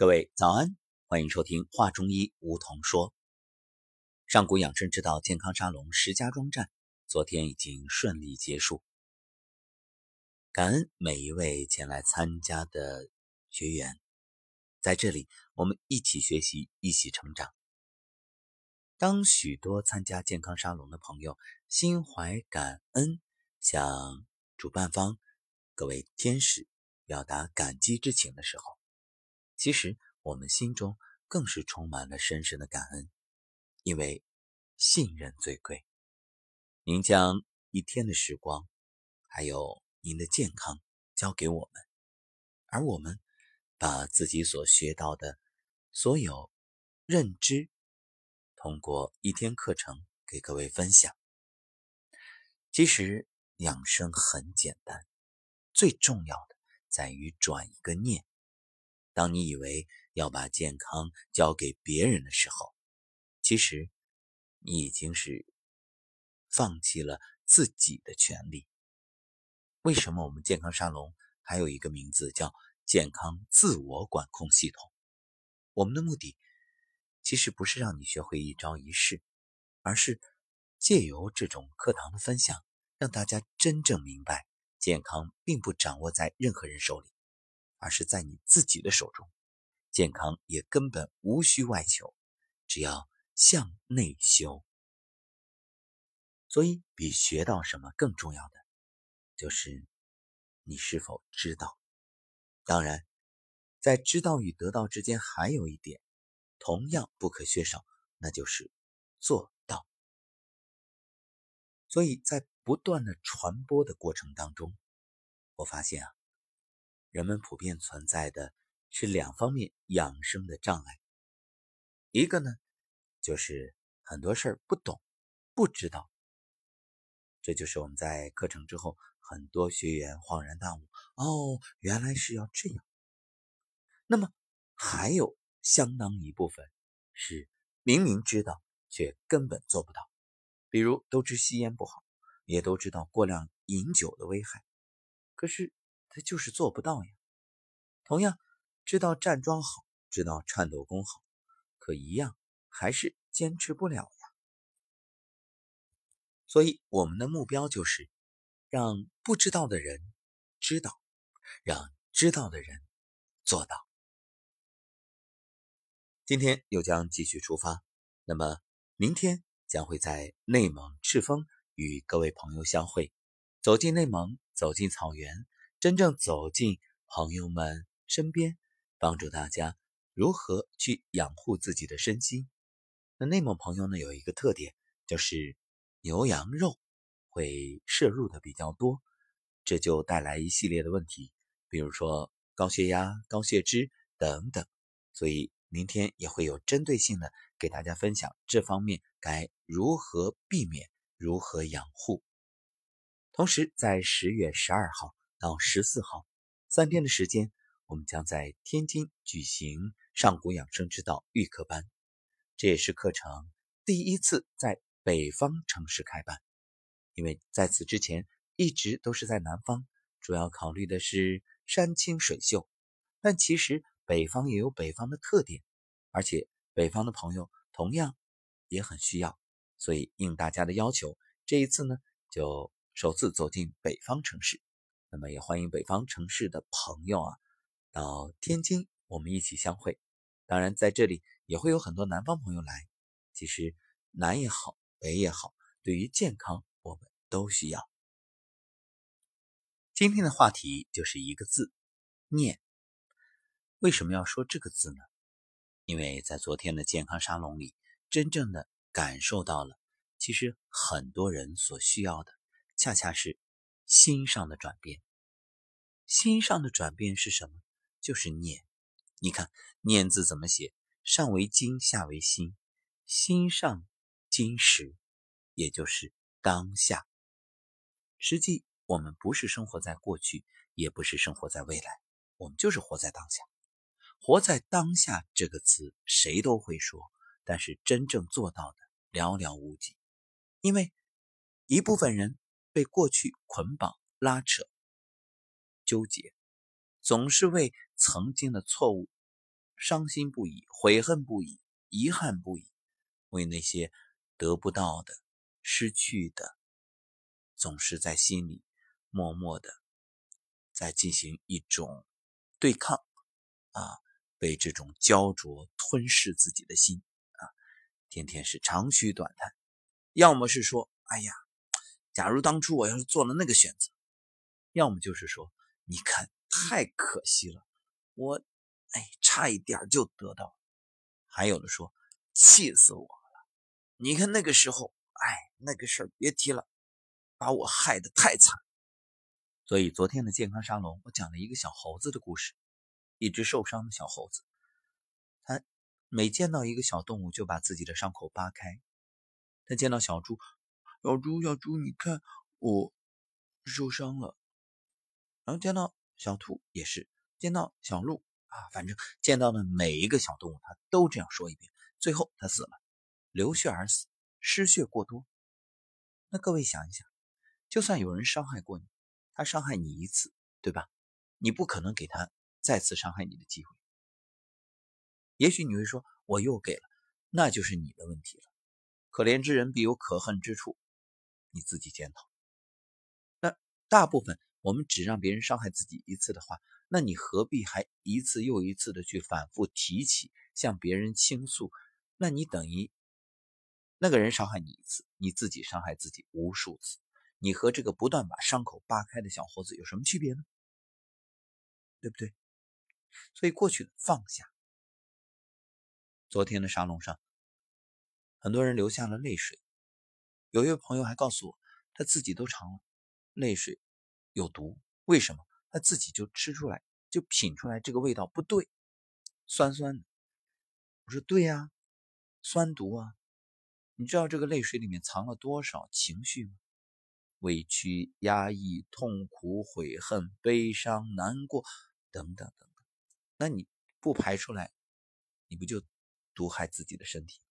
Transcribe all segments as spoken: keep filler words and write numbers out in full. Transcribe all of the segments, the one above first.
各位早安，欢迎收听话中医梧桐说。上古养生之道健康沙龙石家庄站昨天已经顺利结束，感恩每一位前来参加的学员，在这里我们一起学习，一起成长。当许多参加健康沙龙的朋友心怀感恩，向主办方各位天使表达感激之情的时候，其实我们心中更是充满了深深的感恩，因为信任最贵。您将一天的时光，还有您的健康交给我们，而我们把自己所学到的所有认知，通过一天课程给各位分享。其实养生很简单，最重要的在于转一个念。当你以为要把健康交给别人的时候，其实你已经是放弃了自己的权利。为什么我们健康沙龙还有一个名字叫健康自我管控系统？我们的目的其实不是让你学会一招一式，而是借由这种课堂的分享，让大家真正明白，健康并不掌握在任何人手里，而是在你自己的手中。健康也根本无需外求，只要向内修。所以比学到什么更重要的，就是你是否知道。当然，在知道与得到之间还有一点同样不可缺少，那就是做到。所以在不断的传播的过程当中，我发现啊，人们普遍存在的是两方面养生的障碍。一个呢，就是很多事儿不懂，不知道。这就是我们在课程之后，很多学员恍然大悟，哦，原来是要这样。那么还有相当一部分是明明知道，却根本做不到。比如都知吸烟不好，也都知道过量饮酒的危害，可是他就是做不到呀。同样知道站桩好，知道颤抖功好，可一样还是坚持不了呀。所以我们的目标就是让不知道的人知道，让知道的人做到。今天又将继续出发，那么明天将会在内蒙赤峰与各位朋友相会，走进内蒙，走进草原，真正走进朋友们身边，帮助大家如何去养护自己的身心。那内蒙朋友呢，有一个特点，就是牛羊肉会摄入的比较多，这就带来一系列的问题，比如说高血压、高血脂等等。所以明天也会有针对性的给大家分享这方面该如何避免，如何养护。同时在十月十二号到十四号三天的时间，我们将在天津举行上古养生之道预课班，这也是课程第一次在北方城市开办。因为在此之前一直都是在南方，主要考虑的是山清水秀，但其实北方也有北方的特点，而且北方的朋友同样也很需要，所以应大家的要求，这一次呢就首次走进北方城市。那么也欢迎北方城市的朋友啊，到天津我们一起相会。当然在这里也会有很多南方朋友来，其实南也好，北也好，对于健康我们都需要。今天的话题就是一个字，念。为什么要说这个字呢？因为在昨天的健康沙龙里，真正的感受到了，其实很多人所需要的，恰恰是心上的转变。心上的转变是什么？就是念。你看念字怎么写？上为金，下为心，心上金石，也就是当下。实际我们不是生活在过去，也不是生活在未来，我们就是活在当下。活在当下这个词谁都会说，但是真正做到的寥寥无几。因为一部分人被过去捆绑、拉扯、纠结，总是为曾经的错误伤心不已，悔恨不已，遗憾不已，为那些得不到的、失去的，总是在心里默默的在进行一种对抗啊，被这种焦灼吞噬自己的心啊，天天是长吁短叹，要么是说，哎呀，假如当初我要是做了那个选择，要么就是说，你看太可惜了，我哎差一点就得到了，还有的说气死我了，你看那个时候，哎，那个事儿别提了，把我害得太惨。所以昨天的健康沙龙，我讲了一个小猴子的故事，一只受伤的小猴子，他每见到一个小动物就把自己的伤口扒开。他见到小猪，小猪小猪，你看我受伤了。然后见到小兔也是，见到小鹿啊，反正见到的每一个小动物他都这样说一遍，最后他死了，流血而死，失血过多。那各位想一想，就算有人伤害过你，他伤害你一次，对吧？你不可能给他再次伤害你的机会。也许你会说我又给了，那就是你的问题了。可怜之人必有可恨之处，你自己检讨。那大部分我们只让别人伤害自己一次的话，那你何必还一次又一次的去反复提起，向别人倾诉？那你等于那个人伤害你一次，你自己伤害自己无数次，你和这个不断把伤口扒开的小猴子有什么区别呢？对不对？所以过去的放下。昨天的沙龙上，很多人流下了泪水，有一位朋友还告诉我，他自己都尝了泪水有毒，为什么？他自己就吃出来，就品出来这个味道不对，酸酸的。我说对呀，酸毒啊。你知道这个泪水里面藏了多少情绪吗？委屈、压抑、痛苦、悔恨、悲伤、难过等等等等。那你不排出来，你不就毒害自己的身体？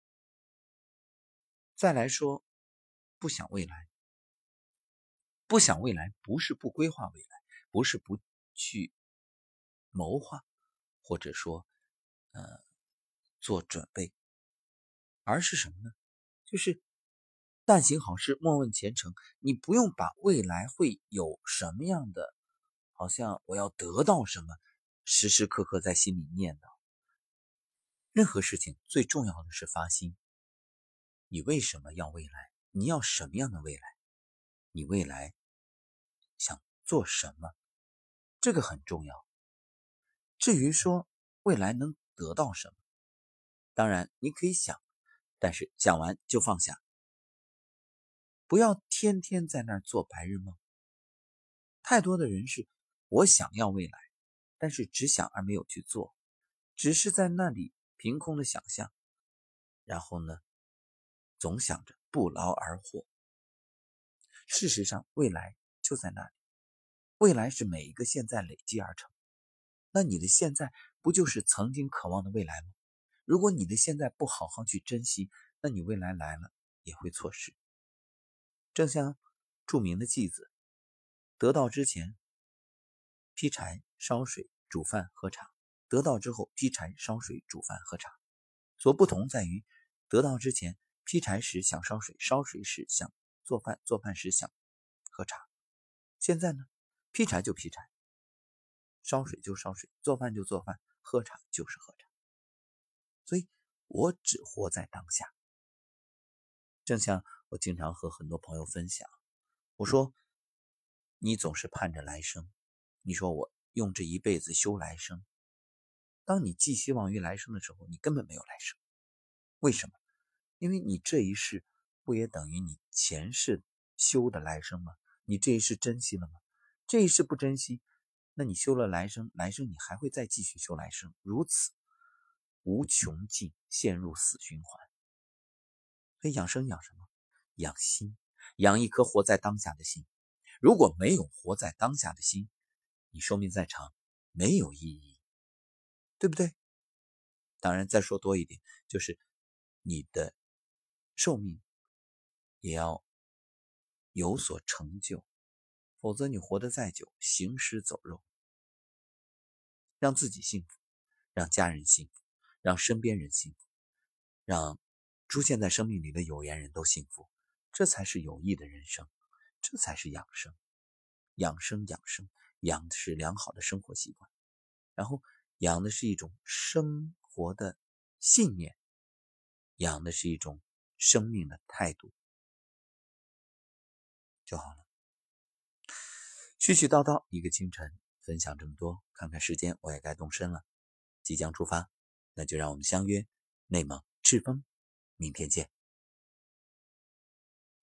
再来说，不想未来。不想未来不是不规划未来，不是不去谋划，或者说呃做准备，而是什么呢？就是但行好事，莫问前程。你不用把未来会有什么样的，好像我要得到什么，时时刻刻在心里念叨。任何事情最重要的是发心。你为什么要未来？你要什么样的未来？你未来想做什么？这个很重要。至于说未来能得到什么，当然你可以想，但是想完就放下，不要天天在那儿做白日梦。太多的人是我想要未来，但是只想而没有去做，只是在那里凭空的想象，然后呢，总想着不劳而获。事实上未来就在那里，未来是每一个现在累积而成。那你的现在不就是曾经渴望的未来吗？如果你的现在不好好去珍惜，那你未来来了也会错失。正像著名的偈子，得到之前劈柴烧水煮饭喝茶，得到之后劈柴烧水煮饭喝茶，所不同在于得到之前劈柴时想烧水，烧水时想做饭，做饭时想喝茶。现在呢，劈柴就劈柴，烧水就烧水，做饭就做饭，喝茶就是喝茶。所以我只活在当下。正像我经常和很多朋友分享，我说你总是盼着来生，你说我用这一辈子修来生，当你寄希望于来生的时候，你根本没有来生。为什么？因为你这一世不也等于你前世修的来生吗？你这一世珍惜了吗？这一世不珍惜，那你修了来生，来生你还会再继续修来生，如此无穷尽，陷入死循环。所以养生养什么？养心，养一颗活在当下的心。如果没有活在当下的心，你寿命再长没有意义，对不对？当然再说多一点，就是你的寿命也要有所成就，否则你活得再久，行尸走肉。让自己幸福， 让家人幸福，让身边人幸福，让出现在生命里的有缘人都幸福，这才是有益的人生，这才是养生。养生养生养的是良好的生活习惯，然后养的是一种生活的信念，养的是一种生命的态度就好了。絮絮叨叨一个清晨，分享这么多，看看时间我也该动身了，即将出发，那就让我们相约内蒙赤峰，明天见。